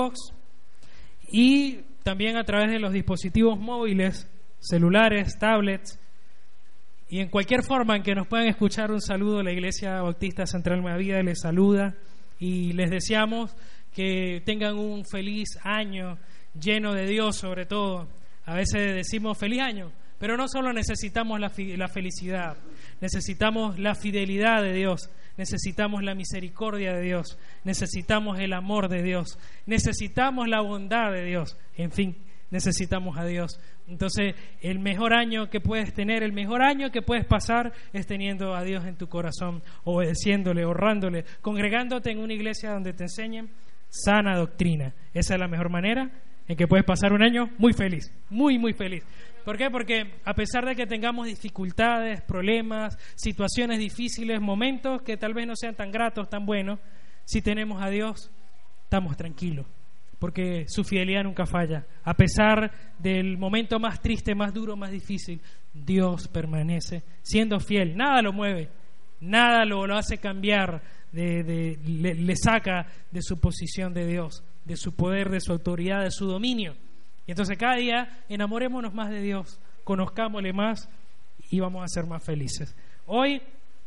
y también a través de los dispositivos móviles, celulares, tablets, y en cualquier forma en que nos puedan escuchar. Un saludo. La Iglesia Bautista Central Nueva Vida les saluda y les deseamos que tengan un feliz año lleno de Dios. Sobre todo, a veces decimos feliz año, pero no solo necesitamos la felicidad, necesitamos la fidelidad de Dios, necesitamos la misericordia de Dios, necesitamos el amor de Dios, necesitamos la bondad de Dios, en fin, necesitamos a Dios. Entonces, el mejor año que puedes tener, el mejor año que puedes pasar es teniendo a Dios en tu corazón, obedeciéndole, honrándole, congregándote en una iglesia donde te enseñen sana doctrina. Esa es la mejor manera en que puedes pasar un año muy feliz, muy, muy feliz. ¿Por qué? Porque a pesar de que tengamos dificultades, problemas, situaciones difíciles, momentos que tal vez no sean tan gratos, tan buenos, si tenemos a Dios, estamos tranquilos, porque su fidelidad nunca falla. A pesar del momento más triste, más duro, más difícil, Dios permanece siendo fiel. Nada lo mueve, nada lo hace cambiar, le saca de su posición de Dios, de su poder, de su autoridad, de su dominio. Y entonces cada día enamorémonos más de Dios, conozcámosle más y vamos a ser más felices. Hoy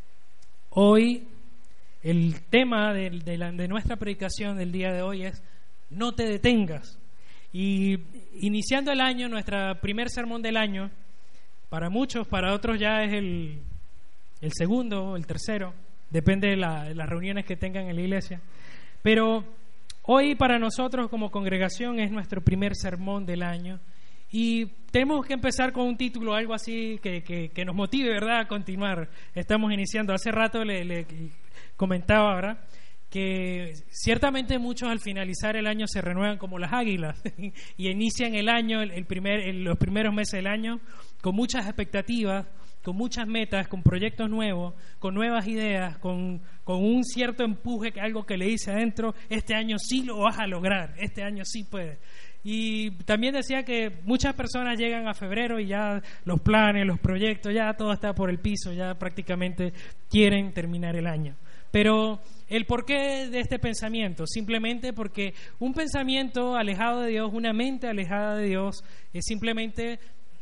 el tema de nuestra predicación del día de hoy es no te detengas. Y iniciando el año, nuestro primer sermón del año, para muchos, para otros ya es el segundo, el tercero, depende de las reuniones que tengan en la iglesia. Pero hoy para nosotros como congregación es nuestro primer sermón del año y tenemos que empezar con un título, algo así que nos motive, ¿verdad?, a continuar. Estamos iniciando. Hace rato le comentaba, ¿verdad?, que ciertamente muchos al finalizar el año se renuevan como las águilas y inician el año, los primeros meses del año con muchas expectativas, con muchas metas, con proyectos nuevos, con nuevas ideas, con un cierto empuje, algo que le dice adentro: este año sí lo vas a lograr, este año sí puedes. Y también decía que muchas personas llegan a febrero y ya los planes, los proyectos, ya todo está por el piso, ya prácticamente quieren terminar el año. Pero el porqué de este pensamiento, simplemente porque un pensamiento alejado de Dios, una mente alejada de Dios, es simplemente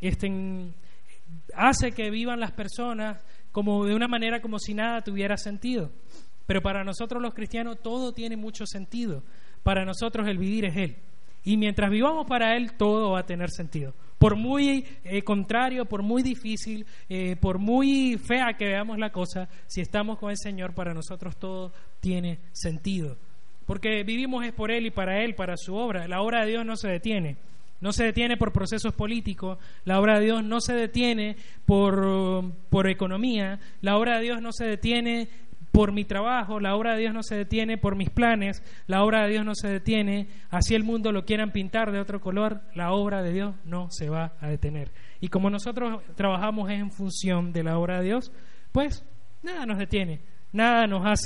hace que vivan las personas como de una manera como si nada tuviera sentido. Pero para nosotros los cristianos todo tiene mucho sentido. Para nosotros el vivir es Él. Y mientras vivamos para Él, todo va a tener sentido. Por muy contrario, por muy difícil, por muy fea que veamos la cosa, si estamos con el Señor, para nosotros todo tiene sentido. Porque vivimos es por Él y para Él, para su obra. La obra de Dios no se detiene. No se detiene por procesos políticos, la obra de Dios no se detiene por economía, la obra de Dios no se detiene por mi trabajo, la obra de Dios no se detiene por mis planes, la obra de Dios no se detiene, así el mundo lo quieran pintar de otro color, la obra de Dios no se va a detener. Y como nosotros trabajamos en función de la obra de Dios, pues nada nos detiene, nada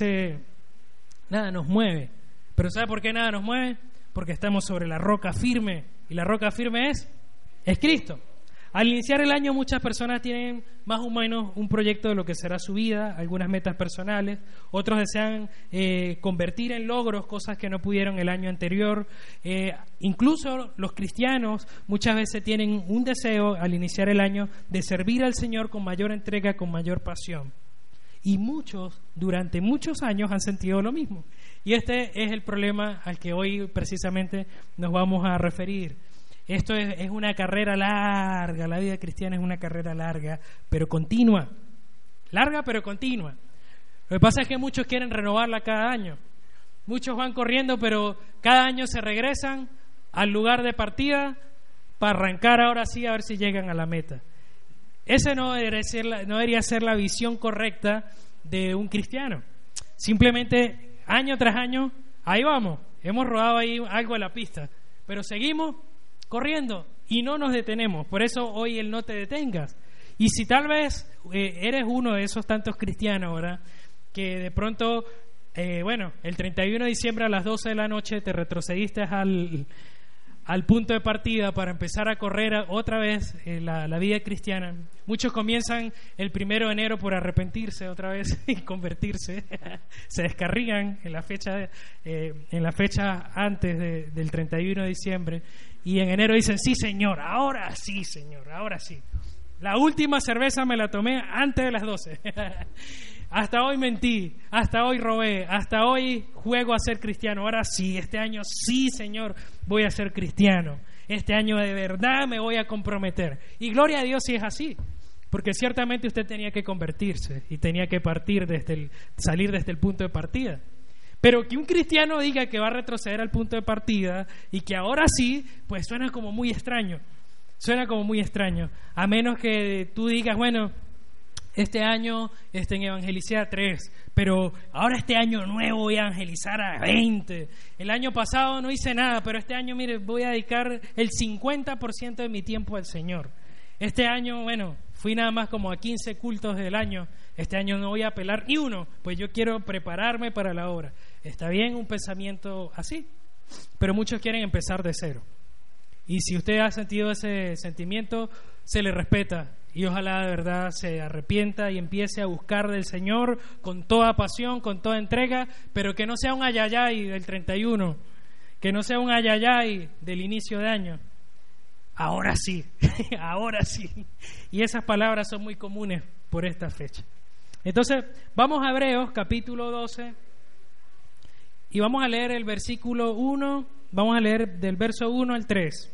nos mueve. Pero ¿sabe por qué nada nos mueve? Porque estamos sobre la roca firme. Y la roca firme es Cristo. Al iniciar el año muchas personas tienen más o menos un proyecto de lo que será su vida, algunas metas personales, otros desean convertir en logros cosas que no pudieron el año anterior. Incluso los cristianos muchas veces tienen un deseo al iniciar el año de servir al Señor con mayor entrega, con mayor pasión. Y muchos durante muchos años han sentido lo mismo. Y este es el problema al que hoy precisamente nos vamos a referir. Esto es una carrera larga, la vida cristiana es una carrera larga, pero continua. Larga, pero continua. Lo que pasa es que muchos quieren renovarla cada año. Muchos van corriendo, pero cada año se regresan al lugar de partida para arrancar ahora sí a ver si llegan a la meta. Esa no debería ser la visión correcta de un cristiano. Simplemente año tras año, ahí vamos, hemos rodado ahí algo de la pista, pero seguimos corriendo y no nos detenemos. Por eso hoy el no te detengas. Y si tal vez eres uno de esos tantos cristianos, ¿verdad?, que de pronto, el 31 de diciembre a las 12 de la noche te retrocediste al punto de partida para empezar a correr otra vez la vida cristiana. Muchos comienzan el 1 de enero por arrepentirse otra vez y convertirse. Se descarrían en la fecha antes del 31 de diciembre y en enero dicen: sí, Señor, ahora sí, Señor, ahora sí. La última cerveza me la tomé antes de las 12. Hasta hoy mentí, hasta hoy robé, hasta hoy juego a ser cristiano. Ahora sí, este año sí, Señor, voy a ser cristiano. Este año de verdad me voy a comprometer. Y gloria a Dios si es así, porque ciertamente usted tenía que convertirse y tenía que salir desde el punto de partida. Pero que un cristiano diga que va a retroceder al punto de partida y que ahora sí, pues suena como muy extraño. Suena como muy extraño, a menos que tú digas: bueno, este año en evangelicé a 3, pero ahora este año nuevo voy a evangelizar a 20. El año pasado no hice nada, pero este año, mire, voy a dedicar el 50% de mi tiempo al Señor. Este año, bueno, fui nada más como a 15 cultos del año. Este año no voy a apelar ni uno, pues yo quiero prepararme para la obra. Está bien un pensamiento así, pero muchos quieren empezar de cero. Y si usted ha sentido ese sentimiento, se le respeta. Y ojalá de verdad se arrepienta y empiece a buscar del Señor con toda pasión, con toda entrega, pero que no sea un ayayay del 31, que no sea un ayayay del inicio de año. Ahora sí, ahora sí. Y esas palabras son muy comunes por esta fecha. Entonces, vamos a Hebreos capítulo 12 y vamos a leer el versículo 1, vamos a leer del verso 1 al 3.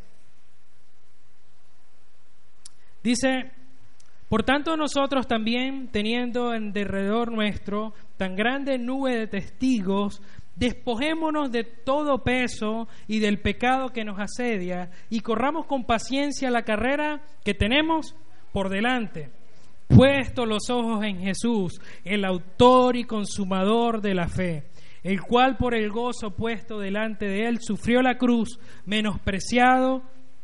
Dice: por tanto nosotros también, teniendo en derredor nuestro tan grande nube de testigos, despojémonos de todo peso y del pecado que nos asedia, y corramos con paciencia la carrera que tenemos por delante, puesto los ojos en Jesús, el autor y consumador de la fe, el cual por el gozo puesto delante de él sufrió la cruz, menospreciado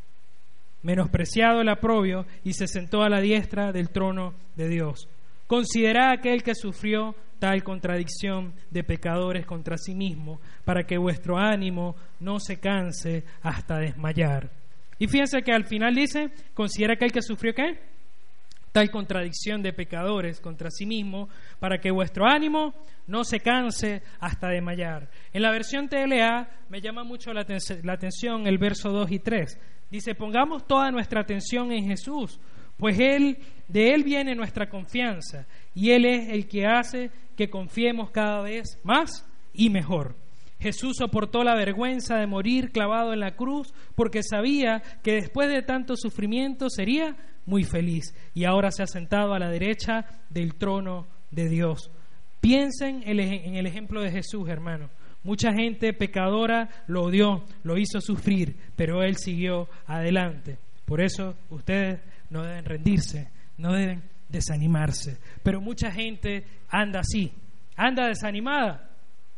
el oprobio, y se sentó a la diestra del trono de Dios. Considerad aquel que sufrió tal contradicción de pecadores contra sí mismo, para que vuestro ánimo no se canse hasta desmayar. Y fíjense que al final dice: considera aquel que sufrió ¿qué? Tal contradicción de pecadores contra sí mismo, para que vuestro ánimo no se canse hasta desmayar. En la versión TLA me llama mucho la atención el verso 2 y 3. Dice: pongamos toda nuestra atención en Jesús, pues de Él viene nuestra confianza, y Él es el que hace que confiemos cada vez más y mejor. Jesús soportó la vergüenza de morir clavado en la cruz, porque sabía que después de tanto sufrimiento sería muy feliz, y ahora se ha sentado a la derecha del trono de Dios. Piensen en el ejemplo de Jesús, hermano. Mucha gente pecadora lo odió, lo hizo sufrir, pero Él siguió adelante. Por eso ustedes no deben rendirse, no deben desanimarse. Pero mucha gente anda así, anda desanimada.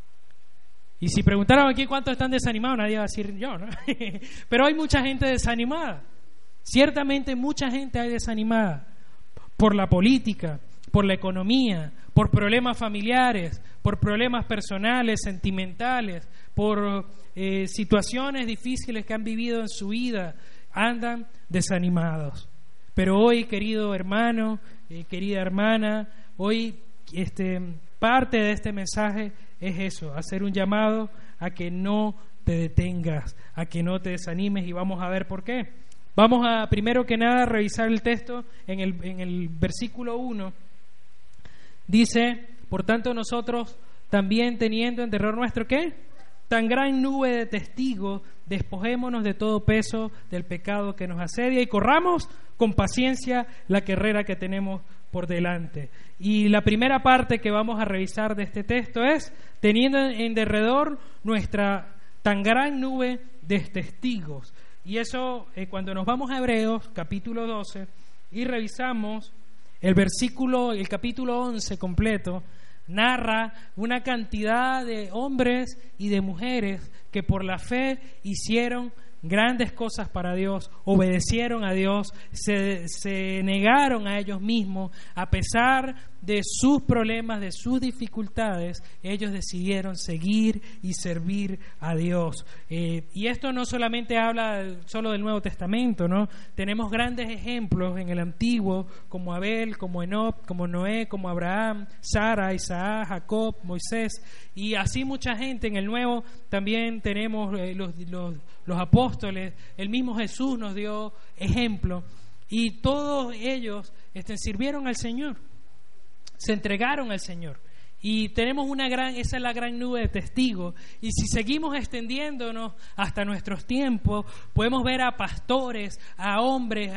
Y si preguntaran aquí cuántos están desanimados, nadie va a decir yo, ¿no? Pero hay mucha gente desanimada. Ciertamente mucha gente hay desanimada por la política, por la economía, por problemas familiares, por problemas personales, sentimentales, por situaciones difíciles que han vivido en su vida. Andan desanimados. Pero hoy, querido hermano, querida hermana, hoy parte de este mensaje es eso: hacer un llamado a que no te detengas, a que no te desanimes, y vamos a ver por qué. Vamos a, primero que nada, revisar el texto en el versículo 1. Dice: por tanto nosotros también, teniendo en derredor nuestro ¿qué? Tan gran nube de testigos, despojémonos de todo peso del pecado que nos asedia, y corramos con paciencia la carrera que tenemos por delante. Y la primera parte que vamos a revisar de este texto es: teniendo en derredor nuestra tan gran nube de testigos. Y eso, cuando nos vamos a Hebreos capítulo 12 y revisamos el capítulo 11 completo, narra una cantidad de hombres y de mujeres que por la fe hicieron grandes cosas para Dios, obedecieron a Dios, se negaron a ellos mismos a pesar de sus problemas, de sus dificultades, ellos decidieron seguir y servir a Dios. Y esto no solamente habla solo del Nuevo Testamento, ¿no? Tenemos grandes ejemplos en el Antiguo, como Abel, como Enoc, como Noé, como Abraham, Sara, Isaac, Jacob, Moisés, y así mucha gente. En el Nuevo también tenemos los apóstoles, el mismo Jesús nos dio ejemplo, y todos ellos sirvieron al Señor, se entregaron al Señor. Y tenemos esa es la gran nube de testigos. Y si seguimos extendiéndonos hasta nuestros tiempos, podemos ver a pastores, a hombres,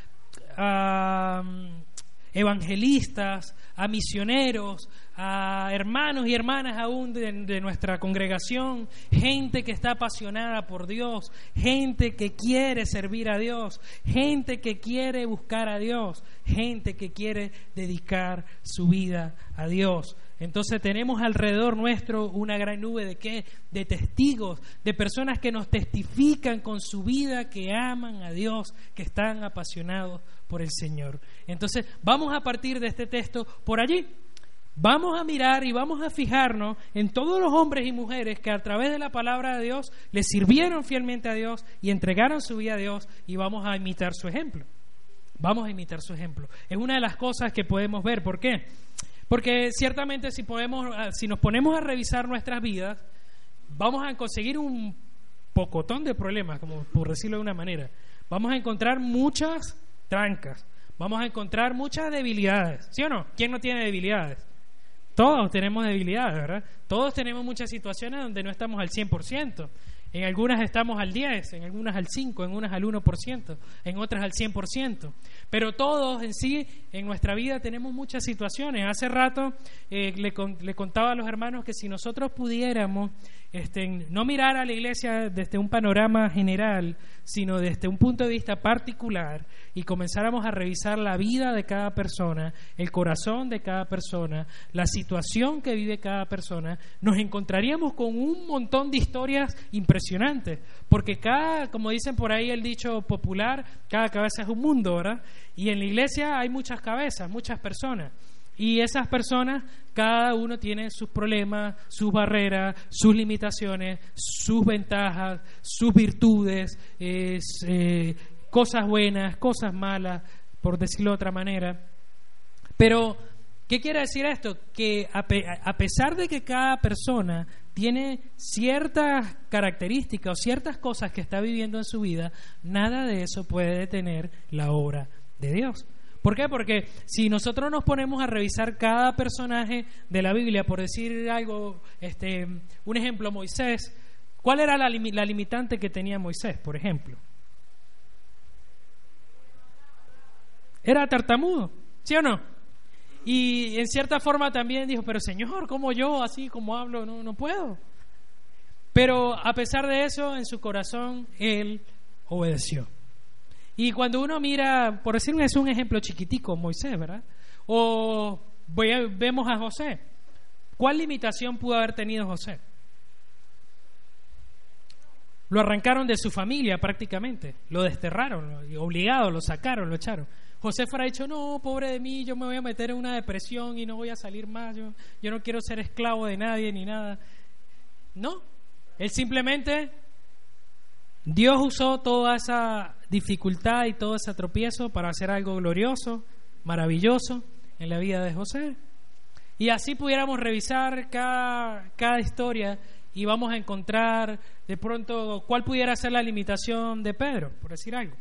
a evangelistas, a misioneros, a hermanos y hermanas aún de nuestra congregación, gente que está apasionada por Dios, gente que quiere servir a Dios, gente que quiere buscar a Dios, gente que quiere dedicar su vida a Dios. Entonces tenemos alrededor nuestro una gran nube de testigos, de personas que nos testifican con su vida que aman a Dios, que están apasionados por el Señor. Entonces vamos a partir de este texto por allí. Vamos a mirar y vamos a fijarnos en todos los hombres y mujeres que a través de la palabra de Dios le sirvieron fielmente a Dios y entregaron su vida a Dios, y vamos a imitar su ejemplo. Vamos a imitar su ejemplo. Es una de las cosas que podemos ver. ¿Por qué? Porque ciertamente si nos ponemos a revisar nuestras vidas, vamos a conseguir un pocotón de problemas, como por decirlo de una manera. Vamos a encontrar muchas trancas, vamos a encontrar muchas debilidades, ¿sí o no? ¿Quién no tiene debilidades? Todos tenemos debilidades, ¿verdad? Todos tenemos muchas situaciones donde no estamos al 100%. En algunas estamos al 10%, en algunas al 5%, en unas al 1%, en otras al 100%. Pero todos en sí, en nuestra vida, tenemos muchas situaciones. Hace rato le contaba a los hermanos que si nosotros pudiéramos no mirar a la iglesia desde un panorama general, sino desde un punto de vista particular, y comenzáramos a revisar la vida de cada persona, el corazón de cada persona, la situación que vive cada persona, nos encontraríamos con un montón de historias impresionantes, porque como dicen por ahí el dicho popular, cada cabeza es un mundo, ¿verdad? Y en la iglesia hay muchas cabezas, muchas personas. Y esas personas, cada uno tiene sus problemas, sus barreras, sus limitaciones, sus ventajas, sus virtudes, cosas buenas, cosas malas, por decirlo de otra manera. Pero, ¿qué quiere decir esto? Que a pesar de que cada persona tiene ciertas características o ciertas cosas que está viviendo en su vida, nada de eso puede detener la obra de Dios. ¿Por qué? Porque si nosotros nos ponemos a revisar cada personaje de la Biblia, por decir algo, un ejemplo, Moisés, ¿cuál era la limitante que tenía Moisés, por ejemplo? Era tartamudo, ¿sí o no? Y en cierta forma también dijo, pero Señor, ¿cómo yo, así como hablo, no puedo? Pero a pesar de eso, en su corazón, él obedeció. Y cuando uno mira, por decir es un ejemplo chiquitico, Moisés, ¿verdad? O vemos a José. ¿Cuál limitación pudo haber tenido José? Lo arrancaron de su familia prácticamente, lo desterraron, obligado, lo sacaron, lo echaron. José fuera dicho, no, pobre de mí, yo me voy a meter en una depresión y no voy a salir más, yo no quiero ser esclavo de nadie ni nada. No, él simplemente, Dios usó toda esa dificultad y todo ese tropiezo para hacer algo glorioso, maravilloso en la vida de José. Y así pudiéramos revisar cada historia y vamos a encontrar de pronto cuál pudiera ser la limitación de Pedro, por decir algo.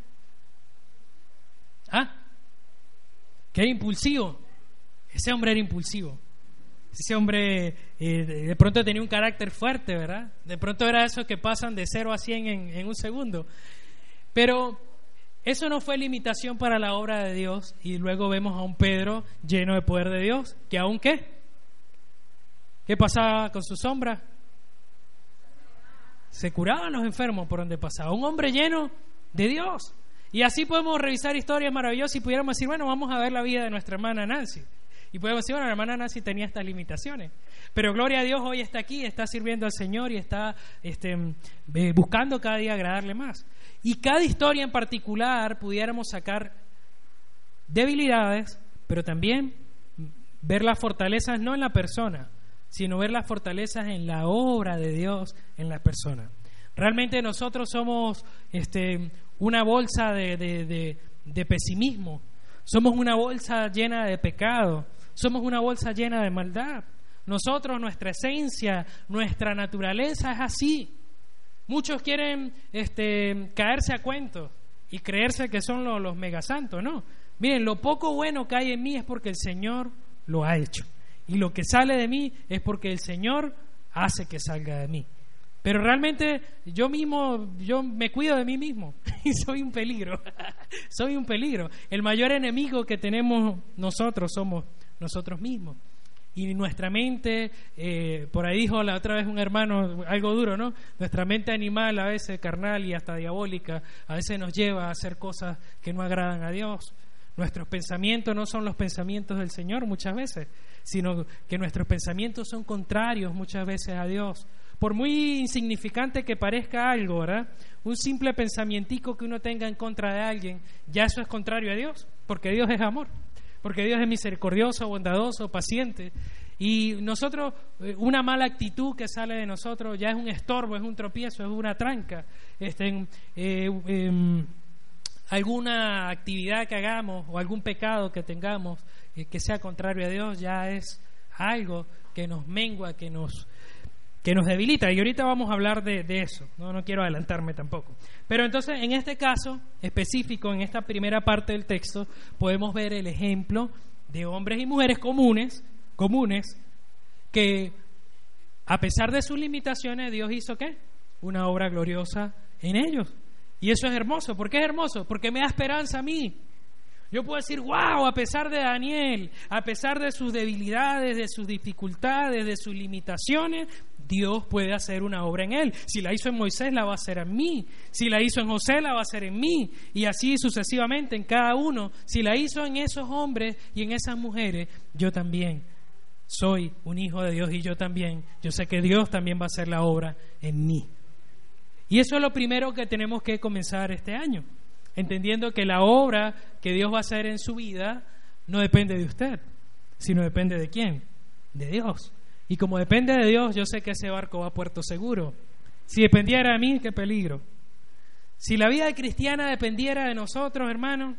Que era impulsivo. Ese hombre era impulsivo. Ese hombre de pronto tenía un carácter fuerte, ¿verdad? De pronto era esos que pasan de 0 a 100 en un segundo. Pero eso no fue limitación para la obra de Dios. Y luego vemos a un Pedro lleno de poder de Dios, que aún ¿qué pasaba con su sombra? Se curaban los enfermos por donde pasaba. Un hombre lleno de Dios. Y así podemos revisar historias maravillosas y pudiéramos decir, bueno, vamos a ver la vida de nuestra hermana Nancy. Y podemos decir, bueno, la hermana Nancy tenía estas limitaciones. Pero gloria a Dios, hoy está aquí, está sirviendo al Señor y está buscando cada día agradarle más. Y cada historia en particular pudiéramos sacar debilidades, pero también ver las fortalezas no en la persona, sino ver las fortalezas en la obra de Dios en la persona. Realmente nosotros somos una bolsa de pesimismo, somos una bolsa llena de pecado, somos una bolsa llena de maldad. Nosotros, nuestra esencia, nuestra naturaleza es así. Muchos quieren caerse a cuentos y creerse que son los megasantos, ¿no? Miren, lo poco bueno que hay en mí es porque el Señor lo ha hecho. Y lo que sale de mí es porque el Señor hace que salga de mí. Pero realmente yo me cuido de mí mismo y soy un peligro. Soy un peligro. El mayor enemigo que tenemos nosotros somos nosotros mismos. Y nuestra mente, por ahí dijo la otra vez un hermano, algo duro, ¿no? Nuestra mente animal, a veces carnal y hasta diabólica, a veces nos lleva a hacer cosas que no agradan a Dios. Nuestros pensamientos no son los pensamientos del Señor muchas veces, sino que nuestros pensamientos son contrarios muchas veces a Dios. Por muy insignificante que parezca algo, ¿verdad? Un simple pensamientico que uno tenga en contra de alguien, ya eso es contrario a Dios, porque Dios es amor, porque Dios es misericordioso, bondadoso, paciente. Y nosotros, una mala actitud que sale de nosotros ya es un estorbo, es un tropiezo, es una tranca. Alguna actividad que hagamos o algún pecado que tengamos que sea contrario a Dios ya es algo que nos mengua, que nos debilita. Y ahorita vamos a hablar de eso, no quiero adelantarme tampoco. Pero entonces, en este caso específico, en esta primera parte del texto, podemos ver el ejemplo de hombres y mujeres comunes, que a pesar de sus limitaciones, Dios hizo ¿qué? Una obra gloriosa en ellos. Y eso es hermoso. ¿Por qué es hermoso? Porque me da esperanza a mí. Yo puedo decir, wow, a pesar de Daniel, a pesar de sus debilidades, de sus dificultades, de sus limitaciones, Dios puede hacer una obra en él. Si la hizo en Moisés, la va a hacer en mí. Si la hizo en José, la va a hacer en mí. Y así sucesivamente en cada uno. Si la hizo en esos hombres y en esas mujeres, yo también soy un hijo de Dios y yo sé que Dios también va a hacer la obra en mí. Y eso es lo primero que tenemos que comenzar este año, entendiendo que la obra que Dios va a hacer en su vida no depende de usted, sino depende de ¿quién? De Dios. Y como depende de Dios, yo sé que ese barco va a puerto seguro. Si dependiera de mí, qué peligro. Si la vida cristiana dependiera de nosotros, hermanos,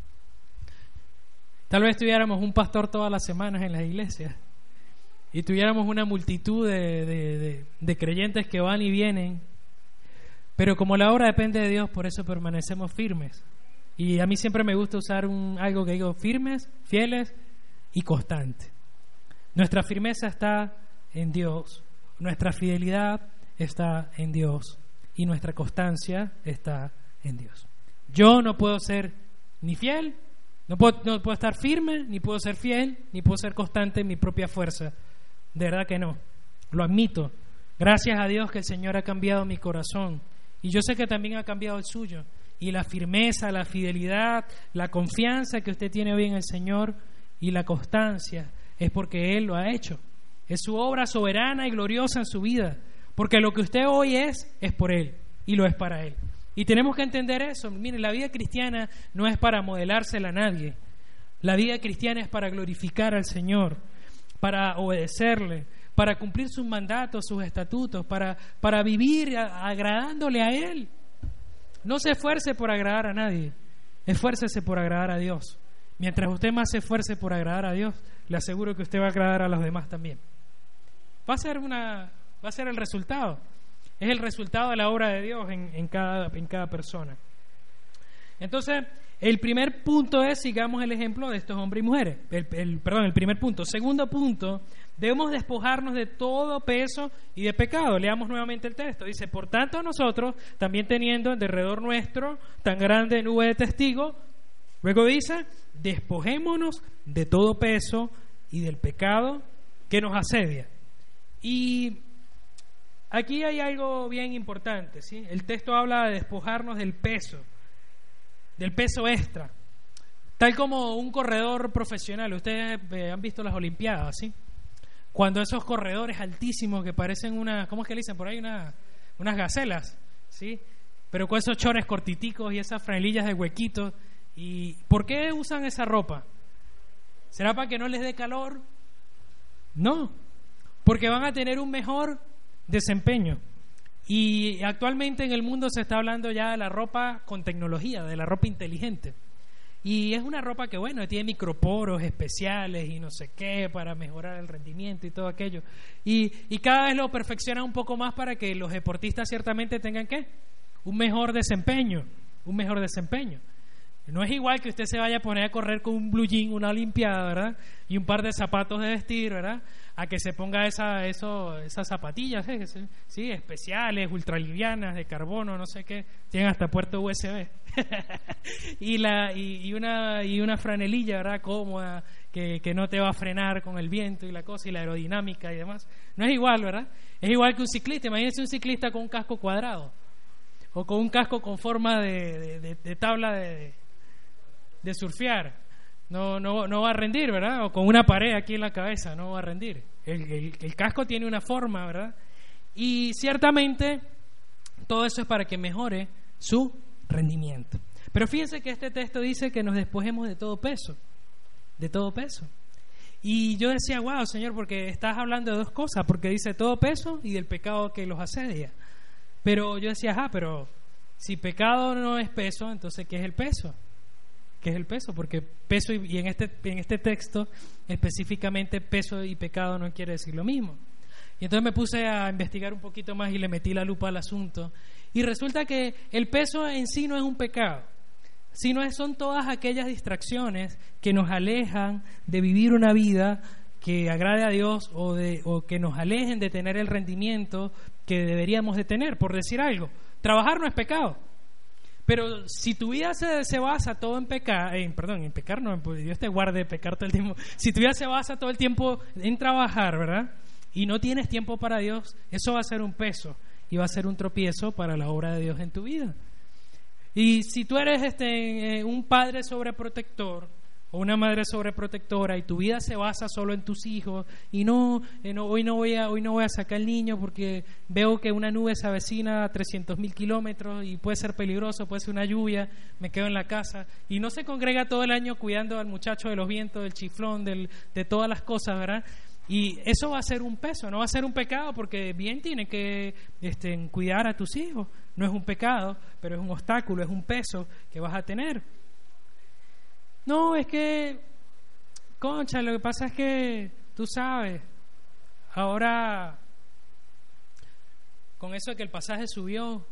tal vez tuviéramos un pastor todas las semanas en las iglesias y tuviéramos una multitud de creyentes que van y vienen. Pero como la obra depende de Dios, por eso permanecemos firmes. Y a mí siempre me gusta usar algo que digo, firmes, fieles y constantes. Nuestra firmeza está en Dios, nuestra fidelidad está en Dios y nuestra constancia está en Dios. Yo no puedo ser ni fiel, no puedo estar firme, ni puedo ser fiel, ni puedo ser constante en mi propia fuerza. De verdad que no, lo admito. Gracias a Dios que el Señor ha cambiado mi corazón. Y yo sé que también ha cambiado el suyo. Y la firmeza, la fidelidad, la confianza que usted tiene hoy en el Señor y la constancia es porque Él lo ha hecho. Es su obra soberana y gloriosa en su vida. Porque lo que usted hoy es por Él y lo es para Él. Y tenemos que entender eso. Miren, la vida cristiana no es para modelársela a nadie. La vida cristiana es para glorificar al Señor, para obedecerle, para cumplir sus mandatos, sus estatutos, para vivir agradándole a Él. No se esfuerce por agradar a nadie, esfuércese por agradar a Dios. Mientras usted más se esfuerce por agradar a Dios, le aseguro que usted va a agradar a los demás también. Va a ser el resultado. Es el resultado de la obra de Dios en cada persona. Entonces, el primer punto es, sigamos el ejemplo de estos hombres y mujeres. El primer punto. Segundo punto, debemos despojarnos de todo peso y de pecado. Leamos nuevamente el texto. Dice, por tanto nosotros, también teniendo en derredor nuestro tan grande nube de testigos, luego dice, despojémonos de todo peso y del pecado que nos asedia. Y aquí hay algo bien importante, ¿sí? El texto habla de despojarnos del peso extra, tal como un corredor profesional. Ustedes han visto las Olimpiadas, ¿sí? Cuando esos corredores altísimos que parecen ¿cómo es que le dicen por ahí? Unas gacelas, ¿sí? Pero con esos chores cortiticos y esas franelillas de huequitos. ¿Y por qué usan esa ropa? ¿Será para que no les dé calor? No, porque van a tener un mejor desempeño. Y actualmente en el mundo se está hablando ya de la ropa con tecnología, de la ropa inteligente. Y es una ropa que, bueno, tiene microporos especiales y no sé qué para mejorar el rendimiento y todo aquello. Y cada vez lo perfecciona un poco más para que los deportistas ciertamente tengan, ¿qué? Un mejor desempeño. No es igual que usted se vaya a poner a correr con un blue jean, una olimpiada, ¿verdad? Y un par de zapatos de vestir, ¿verdad? A que se ponga esas zapatillas, ¿sí? Especiales, ultralivianas, de carbono, no sé qué. Tienen hasta puerto USB. y una franelilla, ¿verdad? Cómoda, que no te va a frenar con el viento y la cosa, y la aerodinámica y demás. No es igual, ¿verdad? Es igual que un ciclista. Imagínense un ciclista con un casco cuadrado. O con un casco con forma de tabla de surfear. No va a rendir, ¿verdad? O con una pared aquí en la cabeza, no va a rendir. El casco tiene una forma, ¿verdad? Y ciertamente todo eso es para que mejore su rendimiento. Pero fíjense que este texto dice que nos despojemos de todo peso. Y yo decía, wow, Señor, porque estás hablando de dos cosas, porque dice todo peso y del pecado que los asedia. Pero yo decía, pero si pecado no es peso, entonces ¿qué es el peso? ¿Qué es el peso? Porque peso y en este texto específicamente peso y pecado no quiere decir lo mismo. Y entonces me puse a investigar un poquito más y le metí la lupa al asunto. Y resulta que el peso en sí no es un pecado, sino son todas aquellas distracciones que nos alejan de vivir una vida que agrade a Dios o que nos alejen de tener el rendimiento que deberíamos de tener. Por decir algo, trabajar no es pecado. Pero si tu vida se basa todo en pecar, en pecar no, pues Dios te guarde de pecar todo el tiempo. Si tu vida se basa todo el tiempo en trabajar, ¿verdad? Y no tienes tiempo para Dios, eso va a ser un peso y va a ser un tropiezo para la obra de Dios en tu vida. Y si tú eres un padre sobreprotector o una madre sobreprotectora y tu vida se basa solo en tus hijos y hoy no voy a sacar al niño porque veo que una nube se avecina a 300,000 kilómetros y puede ser peligroso, puede ser una lluvia, me quedo en la casa, y no se congrega todo el año cuidando al muchacho de los vientos, del chiflón, de todas las cosas, ¿verdad? Y eso va a ser un peso, no va a ser un pecado, porque bien tiene que cuidar a tus hijos. No es un pecado, pero es un obstáculo, es un peso que vas a tener. No, es que, concha, lo que pasa es que, tú sabes, ahora, con eso de que el pasaje subió,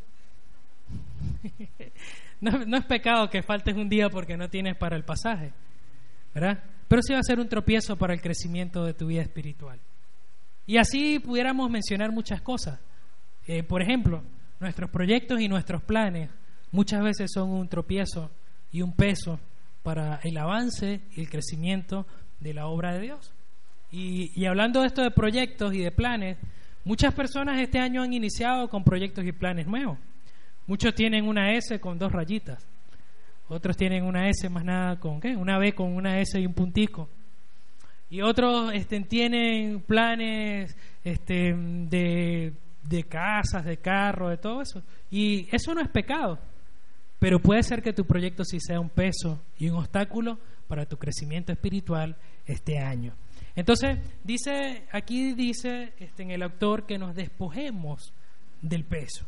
no es pecado que faltes un día porque no tienes para el pasaje, ¿verdad? Pero sí va a ser un tropiezo para el crecimiento de tu vida espiritual. Y así pudiéramos mencionar muchas cosas. Por ejemplo, nuestros proyectos y nuestros planes muchas veces son un tropiezo y un peso para el avance y el crecimiento de la obra de Dios. Y hablando de esto de proyectos y de planes, muchas personas este año han iniciado con proyectos y planes nuevos. Muchos tienen una S con 2 rayitas. Otros tienen una S más nada con ¿qué? Una B con una S y un puntico. Y otros tienen planes de casas, de carros, de todo eso. Y eso no es pecado, pero puede ser que tu proyecto sí sea un peso y un obstáculo para tu crecimiento espiritual este año. Entonces, aquí dice en el autor que nos despojemos del peso.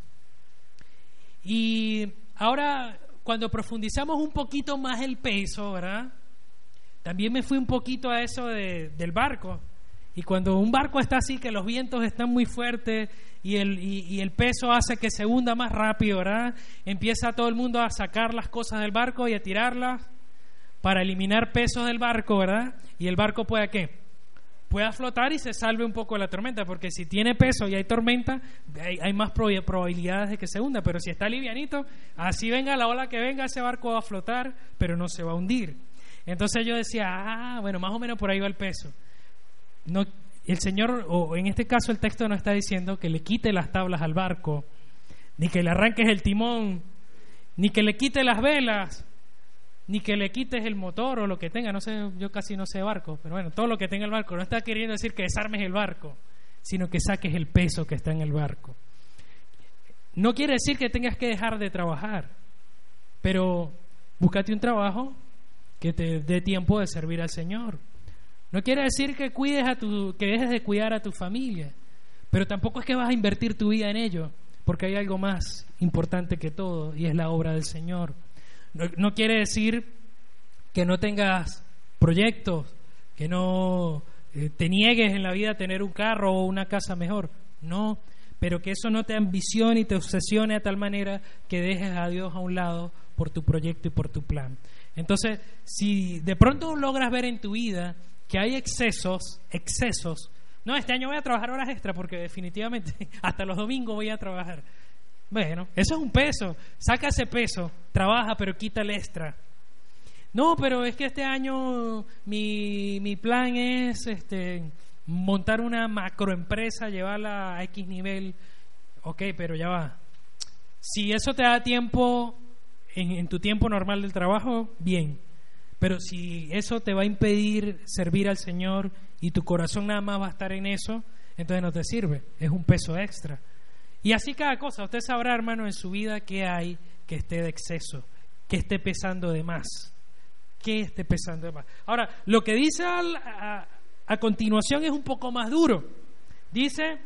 Y ahora, cuando profundizamos un poquito más el peso, ¿verdad? También me fui un poquito a eso del barco. Y cuando un barco está así, que los vientos están muy fuertes y el peso hace que se hunda más rápido, ¿verdad? Empieza todo el mundo a sacar las cosas del barco y a tirarlas para eliminar pesos del barco, ¿verdad? Y el barco pueda ¿qué? Pueda flotar y se salve un poco de la tormenta, porque si tiene peso y hay tormenta, hay más probabilidades de que se hunda. Pero si está livianito, así venga la ola que venga, ese barco va a flotar, pero no se va a hundir. Entonces yo decía, bueno, más o menos por ahí va el peso. No, el Señor, o en este caso el texto no está diciendo que le quite las tablas al barco, ni que le arranques el timón, ni que le quite las velas, ni que le quites el motor o lo que tenga. No sé, yo casi no sé barco, pero bueno, todo lo que tenga el barco. No está queriendo decir que desarmes el barco, sino que saques el peso que está en el barco. No quiere decir que tengas que dejar de trabajar, pero búscate un trabajo que te dé tiempo de servir al Señor. No quiere decir que que dejes de cuidar a tu familia, pero tampoco es que vas a invertir tu vida en ello, porque hay algo más importante que todo, y es la obra del Señor. No quiere decir que no tengas proyectos, que no te niegues en la vida a tener un carro o una casa mejor. No, pero que eso no te ambicione y te obsesione a tal manera que dejes a Dios a un lado por tu proyecto y por tu plan. Entonces, si de pronto logras ver en tu vida que hay excesos, no, este año voy a trabajar horas extra porque definitivamente hasta los domingos voy a trabajar. Bueno, eso es un peso, saca ese peso, trabaja pero quita el extra. No, pero es que este año mi plan es montar una macroempresa, llevarla a X nivel. Ok, pero ya va. Si eso te da tiempo en tu tiempo normal del trabajo, bien. Pero si eso te va a impedir servir al Señor y tu corazón nada más va a estar en eso, entonces no te sirve, es un peso extra. Y así cada cosa. Usted sabrá, hermano, en su vida qué hay que esté de exceso, que esté pesando de más, que esté pesando de más. Ahora, lo que dice a continuación es un poco más duro. Dice,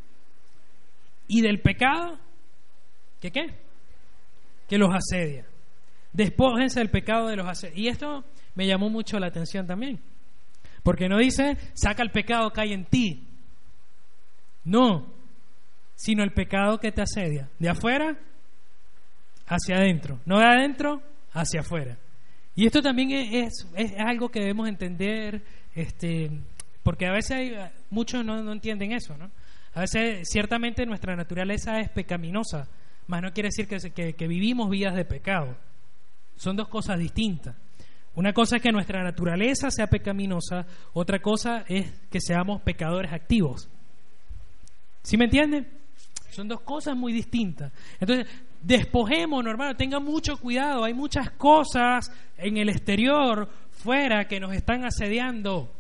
y del pecado, ¿qué qué? Que los asedia. Despójense del pecado de los asedia. Y esto me llamó mucho la atención también, porque no dice, saca el pecado que hay en ti. No, sino el pecado que te asedia. De afuera hacia adentro, no de adentro hacia afuera. Y esto también es algo que debemos entender, porque a veces muchos no entienden eso, ¿no? A veces ciertamente nuestra naturaleza es pecaminosa, mas no quiere decir que vivimos vidas de pecado. Son dos cosas distintas. Una cosa es que nuestra naturaleza sea pecaminosa, otra cosa es que seamos pecadores activos. ¿Sí me entienden? Son dos cosas muy distintas. Entonces, despojémonos, hermano, tengan mucho cuidado. Hay muchas cosas en el exterior, fuera, que nos están asediando.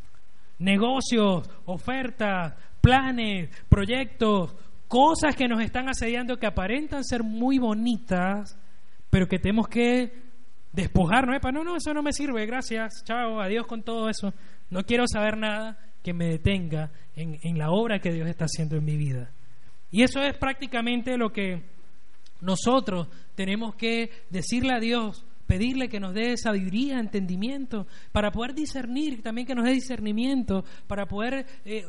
Negocios, ofertas, planes, proyectos, cosas que nos están asediando que aparentan ser muy bonitas, pero que tenemos que despojarnos. No, eso no me sirve, gracias, chao, adiós con todo eso. No quiero saber nada que me detenga en la obra que Dios está haciendo en mi vida. Y eso es prácticamente lo que nosotros tenemos que decirle a Dios, pedirle que nos dé sabiduría, entendimiento, para poder discernir, también que nos dé discernimiento, para poder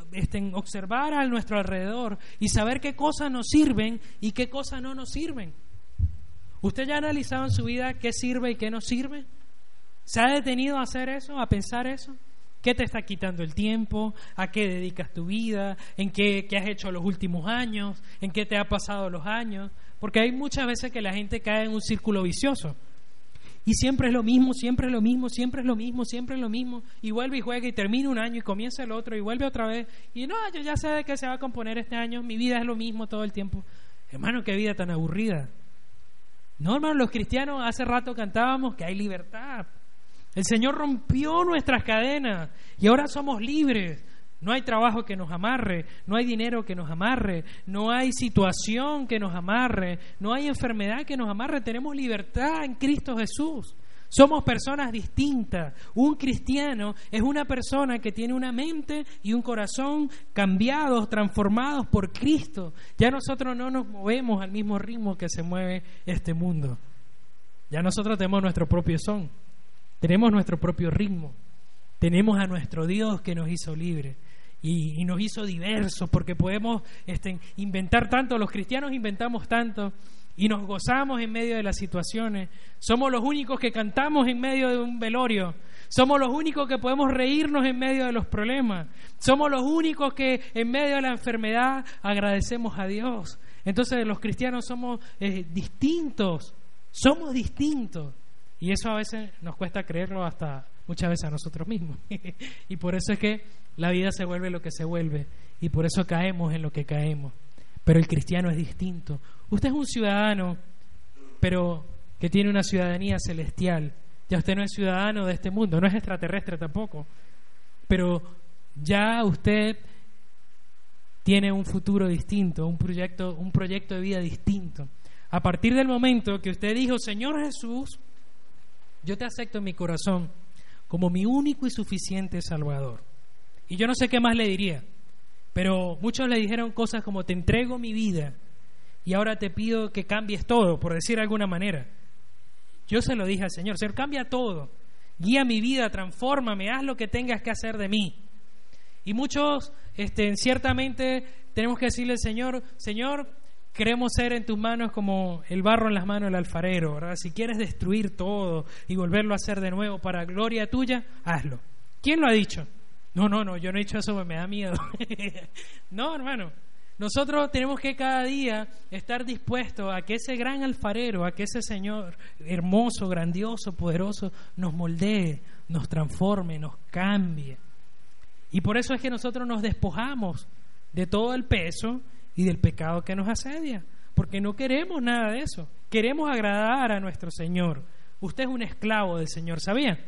observar a nuestro alrededor y saber qué cosas nos sirven y qué cosas no nos sirven. ¿Usted ya ha analizado en su vida qué sirve y qué no sirve? ¿Se ha detenido a hacer eso, a pensar eso? ¿Qué te está quitando el tiempo? ¿A qué dedicas tu vida? ¿En qué has hecho los últimos años? ¿En qué te ha pasado los años? Porque hay muchas veces que la gente cae en un círculo vicioso. Y siempre es lo mismo, siempre es lo mismo, siempre es lo mismo, siempre es lo mismo. Y vuelve y juega y termina un año y comienza el otro y vuelve otra vez. Y no, yo ya sé de qué se va a componer este año. Mi vida es lo mismo todo el tiempo. Hermano, qué vida tan aburrida. No, hermano, los cristianos hace rato cantábamos que hay libertad. El Señor rompió nuestras cadenas y ahora somos libres. No hay trabajo que nos amarre, no hay dinero que nos amarre, no hay situación que nos amarre, no hay enfermedad que nos amarre. Tenemos libertad en Cristo Jesús. Somos personas distintas. Un cristiano es una persona que tiene una mente y un corazón cambiados, transformados por Cristo. Ya nosotros no nos movemos al mismo ritmo que se mueve este mundo. Ya nosotros tenemos nuestro propio son. Tenemos nuestro propio ritmo. Tenemos a nuestro Dios que nos hizo libres y nos hizo diversos, porque podemos inventar tanto. Los cristianos inventamos tanto y nos gozamos en medio de las situaciones. Somos los únicos que cantamos en medio de un velorio. Somos los únicos que podemos reírnos en medio de los problemas. Somos los únicos que en medio de la enfermedad agradecemos a Dios. Entonces los cristianos somos distintos. Somos distintos. Y eso a veces nos cuesta creerlo, hasta muchas veces a nosotros mismos. Y por eso es que la vida se vuelve lo que se vuelve. Y por eso caemos en lo que caemos. Pero el cristiano es distinto. Usted es un ciudadano, pero que tiene una ciudadanía celestial. Ya usted no es ciudadano de este mundo, no es extraterrestre tampoco. Pero ya usted tiene un futuro distinto, un proyecto de vida distinto. A partir del momento que usted dijo: Señor Jesús, yo te acepto en mi corazón como mi único y suficiente Salvador. Y yo no sé qué más le diría, pero muchos le dijeron cosas como: te entrego mi vida y ahora te pido que cambies todo, por decir de alguna manera. Yo se lo dije al Señor: Señor, cambia todo, guía mi vida, transfórmame, haz lo que tengas que hacer de mí. Y muchos ciertamente tenemos que decirle al Señor: Señor, queremos ser en tus manos como el barro en las manos del alfarero, ¿verdad? Si quieres destruir todo y volverlo a hacer de nuevo para gloria tuya, hazlo. ¿Quién lo ha dicho? No, yo no he dicho eso, me da miedo. No, hermano. Nosotros tenemos que cada día estar dispuestos a que ese gran alfarero, a que ese Señor hermoso, grandioso, poderoso, nos moldee, nos transforme, nos cambie. Y por eso es que nosotros nos despojamos de todo el peso y del pecado que nos asedia, porque no queremos nada de eso. Queremos agradar a nuestro Señor. Usted es un esclavo del Señor, ¿sabía?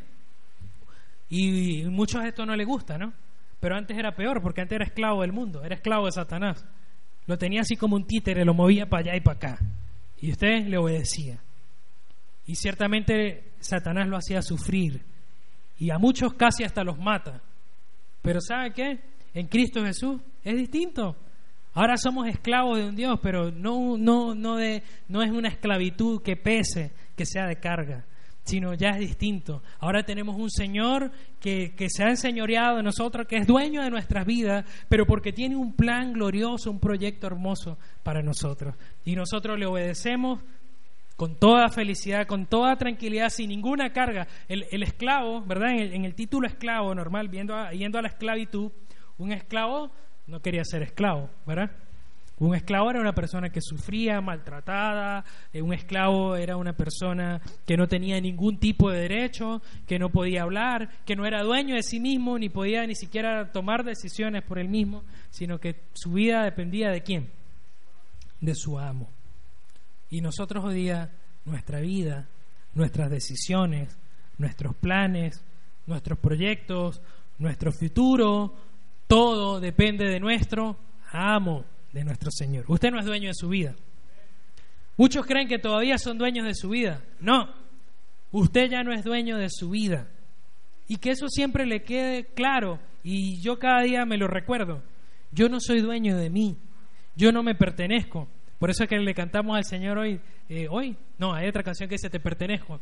Y muchos esto no les gusta, ¿no? Pero antes era peor, porque antes era esclavo del mundo, era esclavo de Satanás. Lo tenía así como un títere, lo movía para allá y para acá, y usted le obedecía. Y ciertamente Satanás lo hacía sufrir, y a muchos casi hasta los mata. Pero ¿sabe qué? En Cristo Jesús es distinto. Ahora somos esclavos de un Dios, pero no es una esclavitud que pese, que sea de carga, sino ya es distinto. Ahora tenemos un Señor que se ha enseñoreado de nosotros, que es dueño de nuestras vidas, pero porque tiene un plan glorioso, un proyecto hermoso para nosotros. Y nosotros le obedecemos con toda felicidad, con toda tranquilidad, sin ninguna carga. El esclavo, ¿verdad? En el título esclavo normal, yendo a la esclavitud, un esclavo no quería ser esclavo, ¿verdad? Un esclavo era una persona que sufría, maltratada. Un esclavo era una persona que no tenía ningún tipo de derecho, que no podía hablar, que no era dueño de sí mismo, ni podía ni siquiera tomar decisiones por él mismo, sino que su vida dependía ¿de quién? De su amo. Y nosotros hoy día, nuestra vida, nuestras decisiones, nuestros planes, nuestros proyectos, nuestro futuro, todo depende de nuestro amo, de nuestro Señor. Usted no es dueño de su vida. Muchos creen que todavía son dueños de su vida. No, usted ya no es dueño de su vida. Y que eso siempre le quede claro, y yo cada día me lo recuerdo. Yo no soy dueño de mí, yo no me pertenezco. Por eso es que le cantamos al Señor hoy. No, hay otra canción que dice Te pertenezco.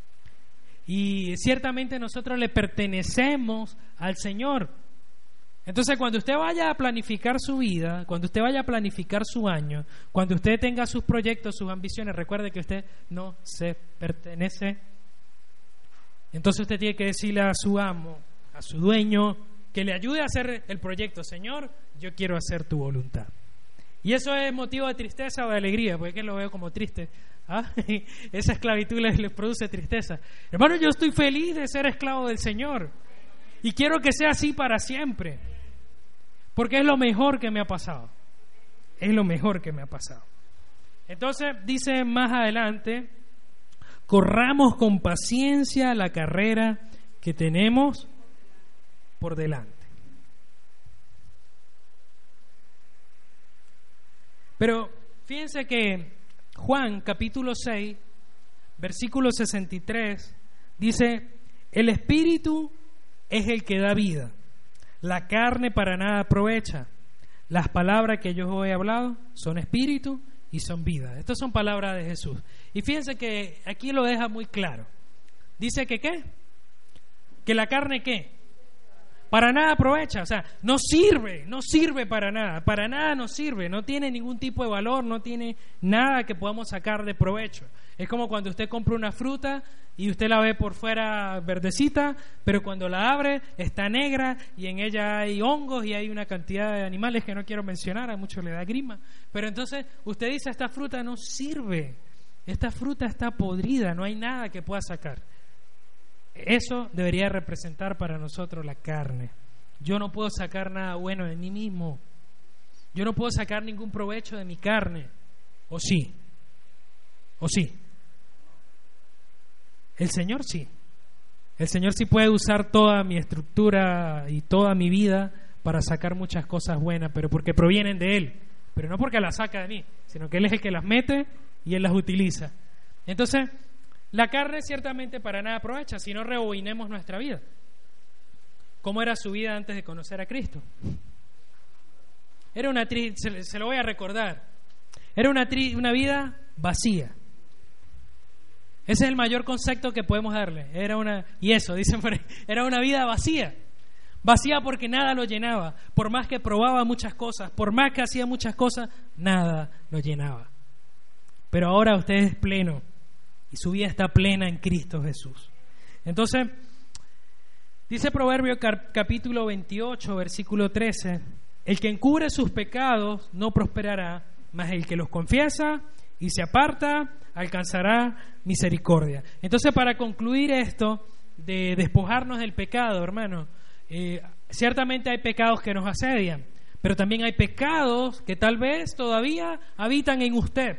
Y ciertamente nosotros le pertenecemos al Señor. Entonces, cuando usted vaya a planificar su vida, cuando usted vaya a planificar su año, cuando usted tenga sus proyectos, sus ambiciones, recuerde que usted no se pertenece. Entonces usted tiene que decirle a su amo, a su dueño, que le ayude a hacer el proyecto. Señor, yo quiero hacer tu voluntad. Y eso es motivo de tristeza o de alegría, porque es que lo veo como triste. ¿Ah? Esa esclavitud les produce tristeza. Hermano, yo estoy feliz de ser esclavo del Señor y quiero que sea así para siempre, porque es lo mejor que me ha pasado. Es lo mejor que me ha pasado. Entonces dice más adelante: corramos con paciencia la carrera que tenemos por delante. Pero fíjense que Juan capítulo 6 versículo 63 dice: el Espíritu es el que da vida, la carne para nada aprovecha. Las palabras que yo os he hablado son espíritu y son vida. Estas son palabras de Jesús. Y fíjense que aquí lo deja muy claro. Dice que ¿qué? Que la carne ¿qué? Para nada aprovecha, o sea, no sirve para nada nos sirve, no tiene ningún tipo de valor, no tiene nada que podamos sacar de provecho. Es como cuando usted compra una fruta y usted la ve por fuera verdecita, pero cuando la abre está negra y en ella hay hongos y hay una cantidad de animales que no quiero mencionar, a muchos le da grima. Pero entonces usted dice: esta fruta no sirve, esta fruta está podrida, no hay nada que pueda sacar. Eso debería representar para nosotros la carne. Yo no puedo sacar nada bueno de mí mismo. Yo no puedo sacar ningún provecho de mi carne. ¿O sí? ¿O sí? El Señor sí. El Señor sí puede usar toda mi estructura y toda mi vida para sacar muchas cosas buenas, pero porque provienen de Él. Pero no porque las saca de mí, sino que Él es el que las mete y Él las utiliza. Entonces, La carne ciertamente para nada aprovecha, si no rebobinemos nuestra vida. ¿Cómo era su vida antes de conocer a Cristo? Era se lo voy a recordar, era una vida vacía. Ese es el mayor concepto que podemos darle. Era una vida vacía. Vacía porque nada lo llenaba. Por más que probaba muchas cosas, por más que hacía muchas cosas, nada lo llenaba. Pero ahora usted es pleno y su vida está plena en Cristo Jesús. Entonces, dice Proverbios capítulo 28, versículo 13: el que encubre sus pecados no prosperará, mas el que los confiesa y se aparta alcanzará misericordia. Entonces, para concluir esto de despojarnos del pecado, hermano, ciertamente hay pecados que nos asedian, pero también hay pecados que tal vez todavía habitan en usted.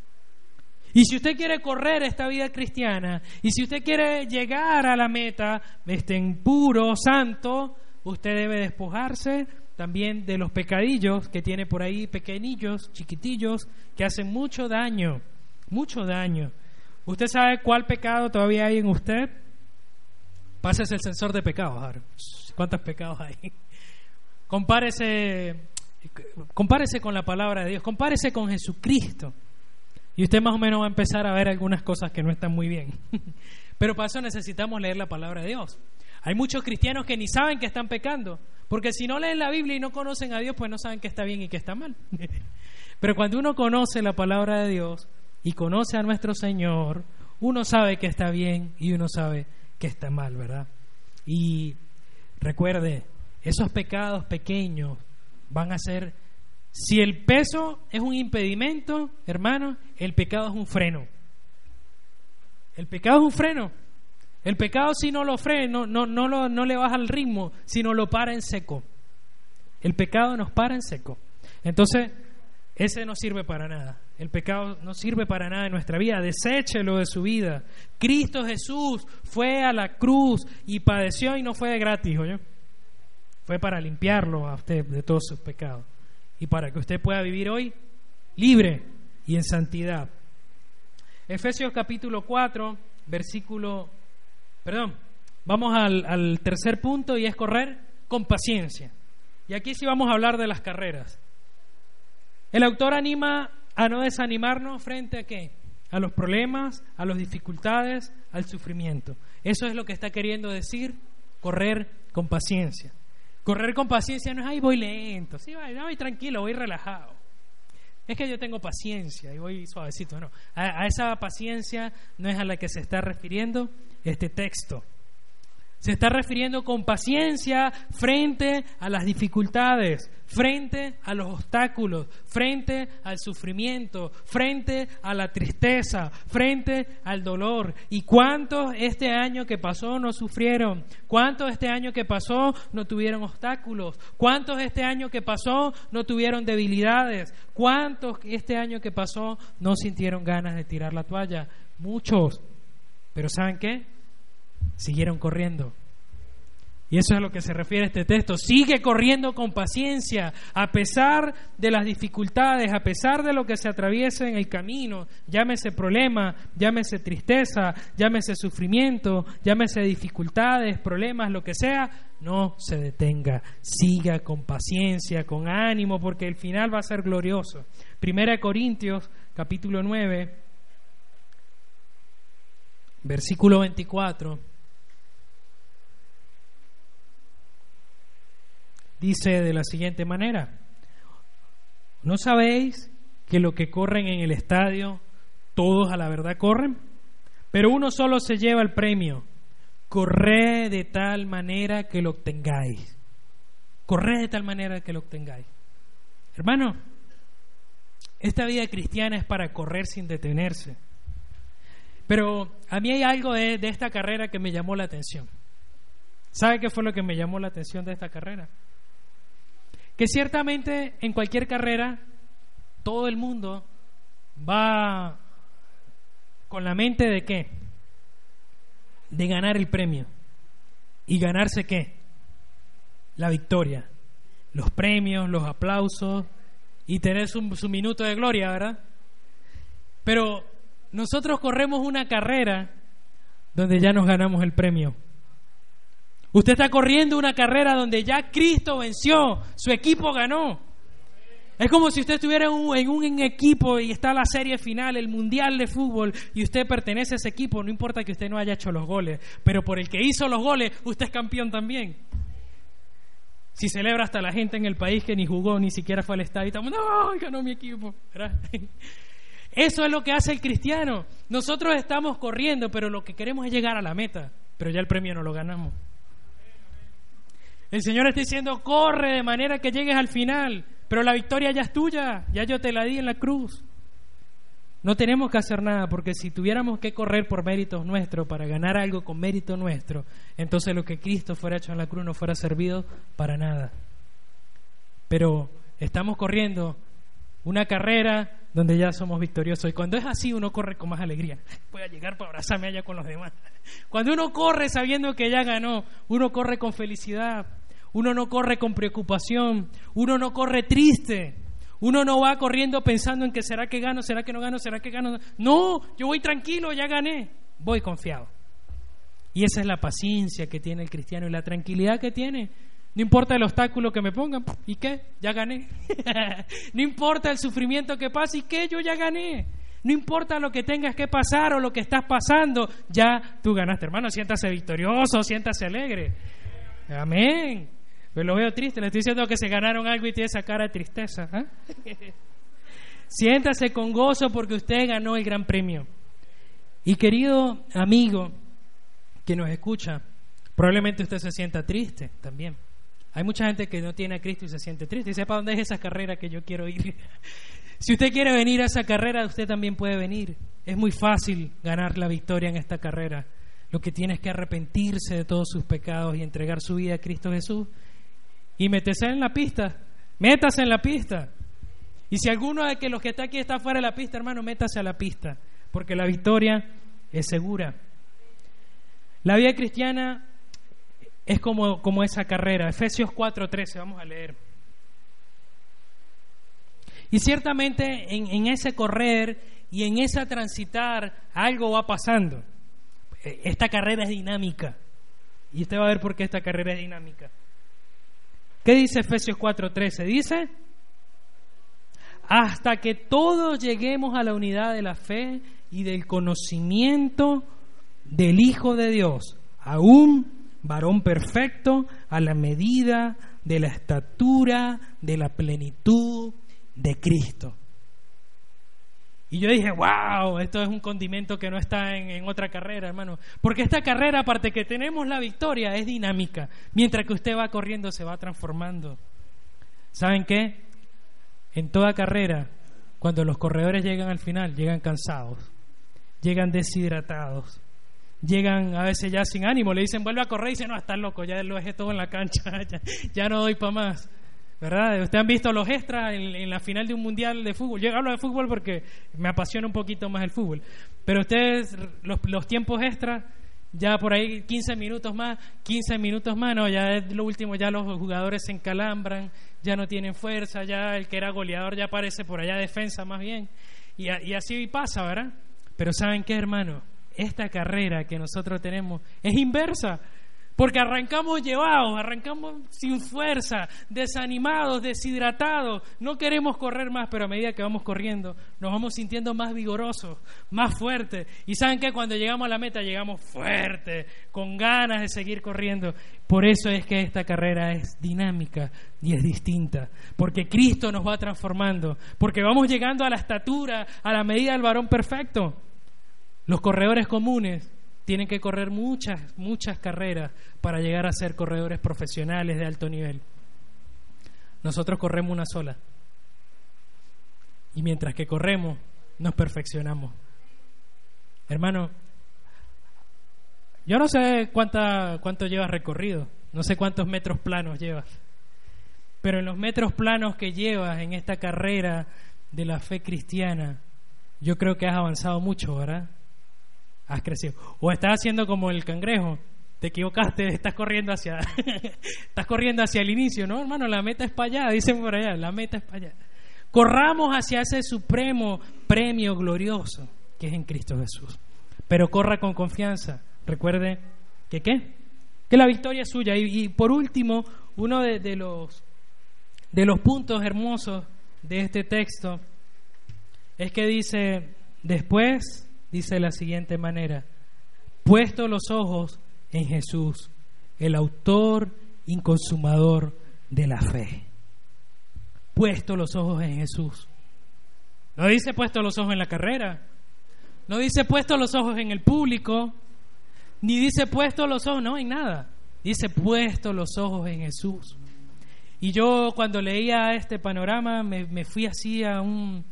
Y si usted quiere correr esta vida cristiana, y si usted quiere llegar a la meta en puro, santo, usted debe despojarse también de los pecadillos que tiene por ahí, pequeñillos, chiquitillos, que hacen mucho daño, mucho daño. ¿Usted sabe cuál pecado todavía hay en usted? Pásese el sensor de pecados ahora. ¿Cuántos pecados hay? Compárese con la palabra de Dios, compárese con Jesucristo. Y usted más o menos va a empezar a ver algunas cosas que no están muy bien. Pero para eso necesitamos leer la palabra de Dios. Hay muchos cristianos que ni saben que están pecando, porque si no leen la Biblia y no conocen a Dios, pues no saben qué está bien y qué está mal. Pero cuando uno conoce la palabra de Dios y conoce a nuestro Señor, uno sabe que está bien y uno sabe que está mal, ¿verdad? Y recuerde, esos pecados pequeños van a ser... Si el peso es un impedimento, hermano, el pecado es un freno. El pecado es un freno. El pecado, si no lo frena, no le baja el ritmo, sino lo para en seco. El pecado nos para en seco. Entonces, ese no sirve para nada. El pecado no sirve para nada en nuestra vida. Deséchelo de su vida. Cristo Jesús fue a la cruz y padeció, y no fue de gratis, ¿oye? Fue para limpiarlo a usted de todos sus pecados y para que usted pueda vivir hoy libre y en santidad. Efesios capítulo 4, vamos al tercer punto, y es correr con paciencia. Y aquí sí vamos a hablar de las carreras. El autor anima a no desanimarnos frente a ¿qué? A los problemas, a las dificultades, al sufrimiento. Eso es lo que está queriendo decir correr con paciencia. Correr con paciencia no es, ay, voy lento, sí, voy tranquilo, voy relajado. Es que yo tengo paciencia y voy suavecito. No, a esa paciencia no es a la que se está refiriendo este texto. Se está refiriendo con paciencia frente a las dificultades, frente a los obstáculos, frente al sufrimiento, frente a la tristeza, frente al dolor. ¿Y cuántos este año que pasó no sufrieron? ¿Cuántos este año que pasó no tuvieron obstáculos? ¿Cuántos este año que pasó no tuvieron debilidades? ¿Cuántos este año que pasó no sintieron ganas de tirar la toalla? Muchos. Pero ¿saben qué? Siguieron corriendo. Y eso es a lo que se refiere este texto. Sigue corriendo con paciencia, a pesar de las dificultades, a pesar de lo que se atraviesa en el camino. Llámese problema, llámese tristeza, llámese sufrimiento, llámese dificultades, problemas, lo que sea. No se detenga, siga con paciencia, con ánimo, porque el final va a ser glorioso. 1 Corintios, capítulo 9, versículo 24. Dice de la siguiente manera: ¿no sabéis que los que corren en el estadio, todos a la verdad corren? Pero uno solo se lleva el premio. Corred de tal manera que lo obtengáis. Corred de tal manera que lo obtengáis. Hermano, esta vida cristiana es para correr sin detenerse. Pero a mí hay algo de esta carrera que me llamó la atención. ¿Sabe qué fue lo que me llamó la atención de esta carrera? Que ciertamente en cualquier carrera todo el mundo va con la mente de ¿qué? De ganar el premio. ¿Y ganarse qué? La victoria, los premios, los aplausos y tener su minuto de gloria, ¿verdad? Pero nosotros corremos una carrera donde ya nos ganamos el premio. Usted está corriendo una carrera donde ya Cristo venció, su equipo ganó. Es como si usted estuviera en un equipo y está la serie final, el mundial de fútbol, y usted pertenece a ese equipo. No importa que usted no haya hecho los goles, pero por el que hizo los goles, usted es campeón también. Si celebra hasta la gente en el país que ni jugó, ni siquiera fue al estadio, y estamos, ¡no! Ganó mi equipo, ¿verdad? Eso es lo que hace el cristiano. Nosotros estamos corriendo, pero lo que queremos es llegar a la meta, pero ya el premio no lo ganamos. El Señor está diciendo, corre de manera que llegues al final, pero la victoria ya es tuya, ya yo te la di en la cruz. No tenemos que hacer nada, porque si tuviéramos que correr por méritos nuestros para ganar algo con mérito nuestro, entonces lo que Cristo fuera hecho en la cruz no fuera servido para nada. Pero estamos corriendo una carrera donde ya somos victoriosos, y cuando es así uno corre con más alegría. Voy a llegar para abrazarme allá con los demás. Cuando uno corre sabiendo que ya ganó, uno corre con felicidad, uno no corre con preocupación, uno no corre triste, uno no va corriendo pensando en que será que gano, será que no gano, será que gano. No, yo voy tranquilo, ya gané, voy confiado. Y esa es la paciencia que tiene el cristiano y la tranquilidad que tiene. No importa el obstáculo que me pongan, ¿y qué? Ya gané. No importa el sufrimiento que pase, ¿y qué? Yo ya gané. No importa lo que tengas que pasar o lo que estás pasando, ya tú ganaste. Hermano, siéntase victorioso, siéntase alegre. Amén. Pero lo veo triste, le estoy diciendo que se ganaron algo y tiene esa cara de tristeza. Siéntase con gozo porque usted ganó el gran premio. Y querido amigo que nos escucha, probablemente usted se sienta triste también. Hay mucha gente que no tiene a Cristo y se siente triste y dice, ¿para dónde es esa carrera que yo quiero ir? Si usted quiere venir a esa carrera, usted también puede venir. Es muy fácil ganar la victoria en esta carrera. Lo que tiene es que arrepentirse de todos sus pecados y entregar su vida a Cristo Jesús y métese en la pista. Métase en la pista. Y si alguno de los que está aquí está fuera de la pista, hermano, métase a la pista, porque la victoria es segura. La vida cristiana es como esa carrera. Efesios 4:13, vamos a leer. Y ciertamente en ese correr y en ese transitar algo va pasando. Esta carrera es dinámica. Y usted va a ver por qué esta carrera es dinámica. ¿Qué dice Efesios 4:13? Dice, hasta que todos lleguemos a la unidad de la fe y del conocimiento del Hijo de Dios, a un varón perfecto, a la medida de la estatura de la plenitud de Cristo. Y yo dije, wow, esto es un condimento que no está en otra carrera, hermano. Porque esta carrera, aparte que tenemos la victoria, es dinámica. Mientras que usted va corriendo, se va transformando. ¿Saben qué? En toda carrera, cuando los corredores llegan al final, llegan cansados, llegan deshidratados, llegan a veces ya sin ánimo. Le dicen, vuelve a correr, y dicen, no, estás loco, ya lo dejé todo en la cancha, ya no doy para más. ¿Verdad? Ustedes han visto los extras en la final de un mundial de fútbol. Yo hablo de fútbol porque me apasiona un poquito más el fútbol. Pero ustedes, los tiempos extras, ya por ahí 15 minutos más, no, ya es lo último, ya los jugadores se encalambran, ya no tienen fuerza, ya el que era goleador ya aparece por allá defensa más bien. Y así pasa, ¿verdad? Pero ¿saben qué, hermano? Esta carrera que nosotros tenemos es inversa. Porque arrancamos llevados, arrancamos sin fuerza, desanimados, deshidratados. No queremos correr más, pero a medida que vamos corriendo nos vamos sintiendo más vigorosos, más fuertes. Y ¿saben qué? Cuando llegamos a la meta llegamos fuertes, con ganas de seguir corriendo. Por eso es que esta carrera es dinámica y es distinta. Porque Cristo nos va transformando. Porque vamos llegando a la estatura, a la medida del varón perfecto. Los corredores comunes tienen que correr muchas carreras para llegar a ser corredores profesionales de alto nivel. Nosotros corremos una sola. Y mientras que corremos, nos perfeccionamos. Hermano, yo no sé cuánto llevas recorrido, no sé cuántos metros planos llevas, pero en los metros planos que llevas en esta carrera de la fe cristiana, yo creo que has avanzado mucho, ¿verdad? Has crecido. O estás haciendo como el cangrejo, te equivocaste, estás corriendo hacia el inicio. No, hermano, la meta es para allá, dicen por allá, la meta es para allá. Corramos hacia ese supremo premio glorioso que es en Cristo Jesús. Pero corra con confianza, recuerde que ¿qué? Que la victoria es suya. Y por último, uno de los puntos hermosos de este texto es que dice, después, dice de la siguiente manera: puesto los ojos en Jesús, el autor y consumador de la fe. Puesto los ojos en Jesús. No dice puesto los ojos en la carrera, no dice puesto los ojos en el público, ni dice puesto los ojos, no, en nada. Dice puesto los ojos en Jesús. Y yo cuando leía este panorama me fui así a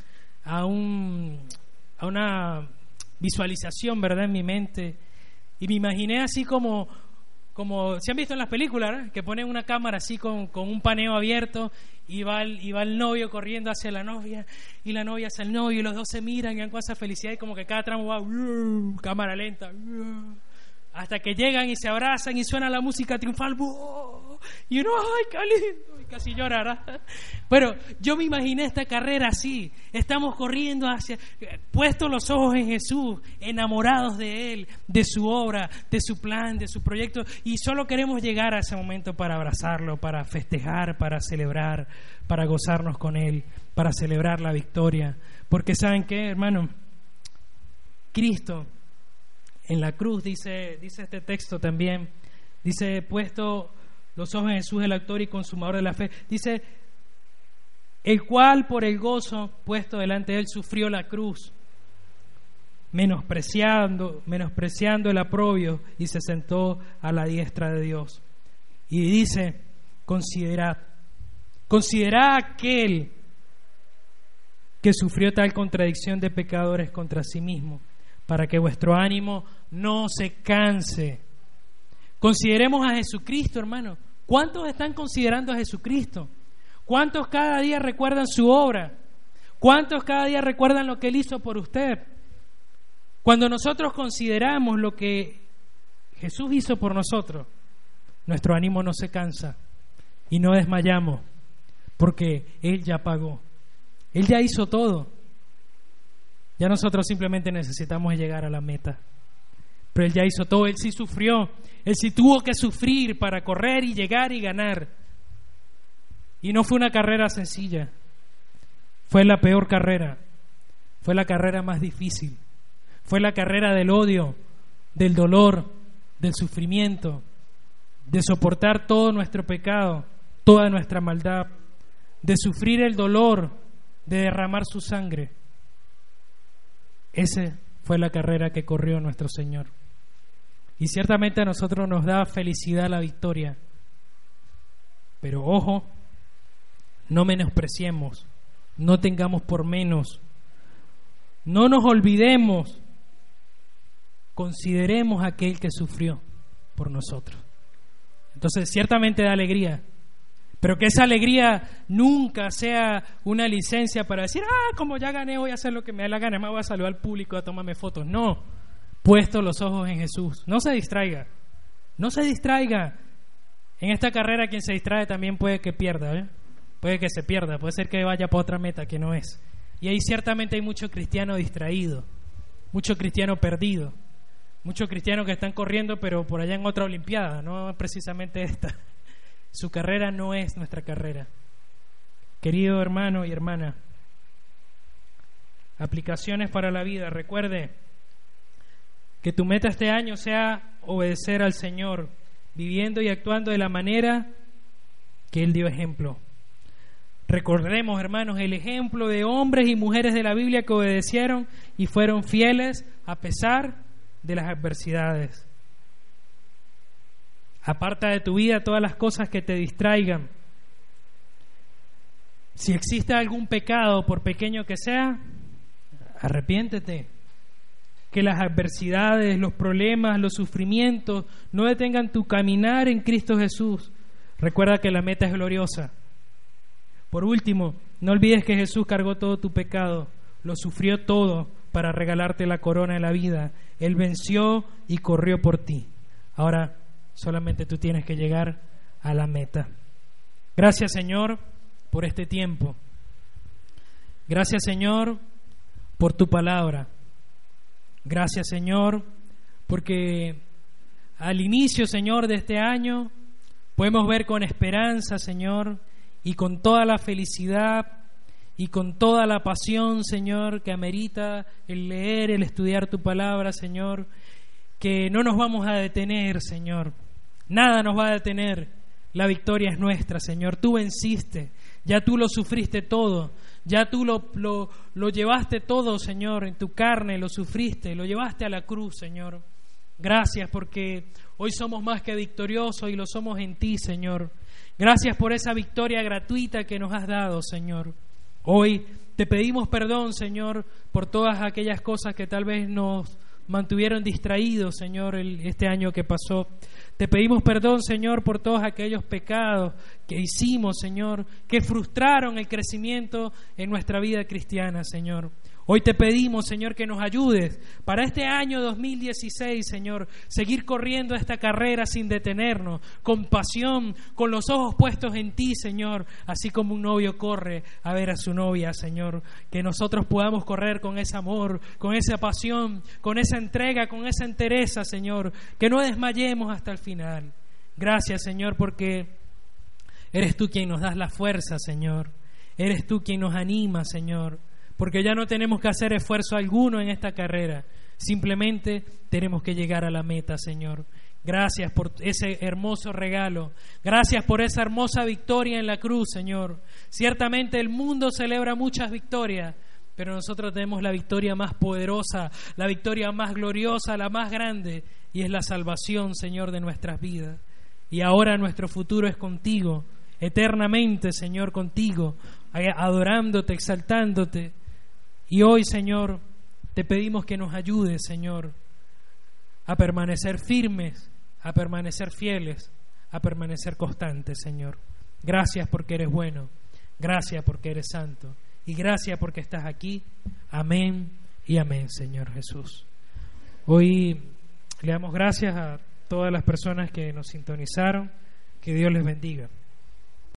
una visualización, ¿verdad?, en mi mente, y me imaginé así como se han visto en las películas, ¿verdad?, que ponen una cámara así con un paneo abierto y va el novio corriendo hacia la novia y la novia hacia el novio y los dos se miran y van con esa felicidad y como que cada tramo va cámara lenta hasta que llegan y se abrazan y suena la música triunfal y uno, ¡ay, qué lindo! Y casi llorará. Pero yo me imaginé esta carrera así, estamos corriendo puestos los ojos en Jesús, enamorados de Él, de su obra, de su plan, de su proyecto, y solo queremos llegar a ese momento para abrazarlo, para festejar, para celebrar, para gozarnos con Él, para celebrar la victoria. Porque ¿saben qué, hermano? Cristo en la cruz, dice este texto también, dice, puesto los ojos en Jesús, el autor y consumador de la fe, dice, el cual por el gozo puesto delante de él sufrió la cruz, menospreciando el oprobio, y se sentó a la diestra de Dios. Y dice, considerad aquel que sufrió tal contradicción de pecadores contra sí mismo, para que vuestro ánimo no se canse. Consideremos a Jesucristo, hermano. ¿Cuántos están considerando a Jesucristo? ¿Cuántos cada día recuerdan su obra? ¿Cuántos cada día recuerdan lo que Él hizo por usted? Cuando nosotros consideramos lo que Jesús hizo por nosotros, nuestro ánimo no se cansa y no desmayamos, porque Él ya pagó. Él ya hizo todo. Ya nosotros simplemente necesitamos llegar a la meta. Pero Él ya hizo todo, Él sí sufrió, Él sí tuvo que sufrir para correr y llegar y ganar. Y no fue una carrera sencilla, fue la peor carrera, fue la carrera más difícil, fue la carrera del odio, del dolor, del sufrimiento, de soportar todo nuestro pecado, toda nuestra maldad, de sufrir el dolor, de derramar su sangre. Esa fue la carrera que corrió nuestro Señor. Y ciertamente a nosotros nos da felicidad la victoria. Pero ojo, no menospreciemos, no tengamos por menos, no nos olvidemos, consideremos a aquel que sufrió por nosotros. Entonces ciertamente da alegría, pero que esa alegría nunca sea una licencia para decir, como ya gané, voy a hacer lo que me dé la gana, me voy a saludar al público, a tomarme fotos. No, puesto los ojos en Jesús. No se distraiga, no se distraiga. En esta carrera quien se distrae también puede que pierda, ¿eh? Puede que se pierda, puede ser que vaya para otra meta que no es. Y ahí ciertamente hay mucho cristiano distraído, mucho cristiano perdido, muchos cristianos que están corriendo pero por allá en otra olimpiada, no precisamente esta. Su carrera no es nuestra carrera. Querido hermano y hermana, aplicaciones para la vida. Recuerde que tu meta este año sea obedecer al Señor, viviendo y actuando de la manera que Él dio ejemplo. Recordemos, hermanos, el ejemplo de hombres y mujeres de la Biblia que obedecieron y fueron fieles a pesar de las adversidades. Aparta de tu vida todas las cosas que te distraigan. Si existe algún pecado, por pequeño que sea, arrepiéntete. Que las adversidades, los problemas, los sufrimientos no detengan tu caminar en Cristo Jesús. Recuerda que la meta es gloriosa. Por último, no olvides que Jesús cargó todo tu pecado, lo sufrió todo para regalarte la corona de la vida. Él venció y corrió por ti. Ahora solamente tú tienes que llegar a la meta. Gracias, Señor, por este tiempo. Gracias, Señor, por tu palabra. Gracias, Señor, porque al inicio, Señor, de este año, podemos ver con esperanza, Señor, y con toda la felicidad y con toda la pasión, Señor, que amerita el leer, el estudiar tu palabra, Señor, que no nos vamos a detener, Señor. Nada nos va a detener. La victoria es nuestra, Señor. Tú venciste. Ya tú lo sufriste todo. Ya tú lo llevaste todo, Señor, en tu carne, lo sufriste, lo llevaste a la cruz, Señor. Gracias porque hoy somos más que victoriosos y lo somos en ti, Señor. Gracias por esa victoria gratuita que nos has dado, Señor. Hoy te pedimos perdón, Señor, por todas aquellas cosas que tal vez nos mantuvieron distraídos, Señor, este año que pasó. Te pedimos perdón, Señor, por todos aquellos pecados que hicimos, Señor, que frustraron el crecimiento en nuestra vida cristiana, Señor. Hoy te pedimos, Señor, que nos ayudes para este año 2016, Señor, seguir corriendo esta carrera sin detenernos, con pasión, con los ojos puestos en ti, Señor, así como un novio corre a ver a su novia, Señor, que nosotros podamos correr con ese amor, con esa pasión, con esa entrega, con esa entereza, Señor, que no desmayemos hasta el final. Gracias, Señor, porque eres tú quien nos das la fuerza, Señor, eres tú quien nos anima, Señor, porque ya no tenemos que hacer esfuerzo alguno en esta carrera, simplemente tenemos que llegar a la meta, Señor. Gracias por ese hermoso regalo, gracias por esa hermosa victoria en la cruz, Señor. Ciertamente el mundo celebra muchas victorias, pero nosotros tenemos la victoria más poderosa, la victoria más gloriosa, la más grande, y es la salvación, Señor, de nuestras vidas. Y ahora nuestro futuro es contigo, eternamente, Señor, contigo, adorándote, exaltándote. Y hoy, Señor, te pedimos que nos ayudes, Señor, a permanecer firmes, a permanecer fieles, a permanecer constantes, Señor. Gracias porque eres bueno, gracias porque eres santo y gracias porque estás aquí. Amén y amén, Señor Jesús. Hoy le damos gracias a todas las personas que nos sintonizaron. Que Dios les bendiga.